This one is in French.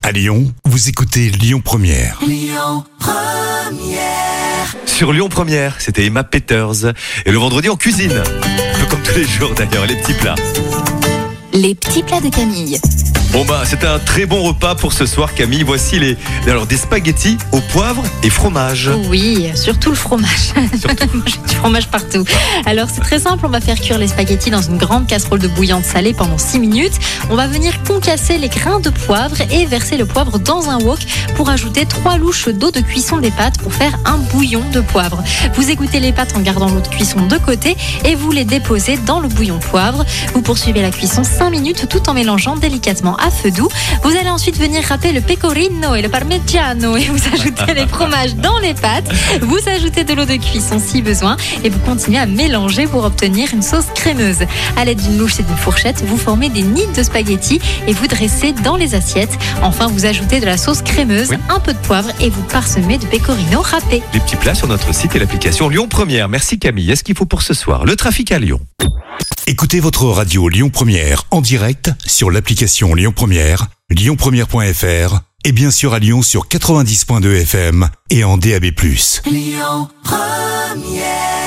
À Lyon, vous écoutez Lyon Première. Lyon Première. Sur Lyon Première, c'était Emma Peters. Et le vendredi, on cuisine. Un peu comme tous les jours d'ailleurs, les petits plats. Les petits plats de Camille. Bon c'est un très bon repas pour ce soir, Camille. Voici des spaghettis au poivre et fromage. Oui, surtout le fromage. Moi, j'ai du fromage partout. Alors c'est très simple, on va faire cuire les spaghettis dans une grande casserole de bouillante salée pendant 6 minutes. On va venir concasser les grains de poivre et verser le poivre dans un wok pour ajouter 3 louches d'eau de cuisson des pâtes pour faire un bouillon de poivre. Vous égouttez les pâtes en gardant l'eau de cuisson de côté et vous les déposez dans le bouillon poivre. Vous poursuivez la cuisson 5 minutes tout en mélangeant délicatement à feu doux. Vous allez ensuite venir râper le pecorino et le parmigiano et vous ajoutez les fromages dans les pâtes. Vous ajoutez de l'eau de cuisson si besoin et vous continuez à mélanger pour obtenir une sauce crémeuse. À l'aide d'une louche et d'une fourchette, vous formez des nids de spaghettis et vous dressez dans les assiettes. Enfin, vous ajoutez de la sauce crémeuse, un peu de poivre et vous parsemez de pecorino râpé. Les petits plats sur notre site et l'application Lyon Première. Merci Camille. Est-ce qu'il faut pour ce soir le trafic à Lyon? Écoutez votre radio Lyon Première en direct sur l'application Lyon Première, lyonpremière.fr et bien sûr à Lyon sur 90.2 FM et en DAB+. Lyon Première.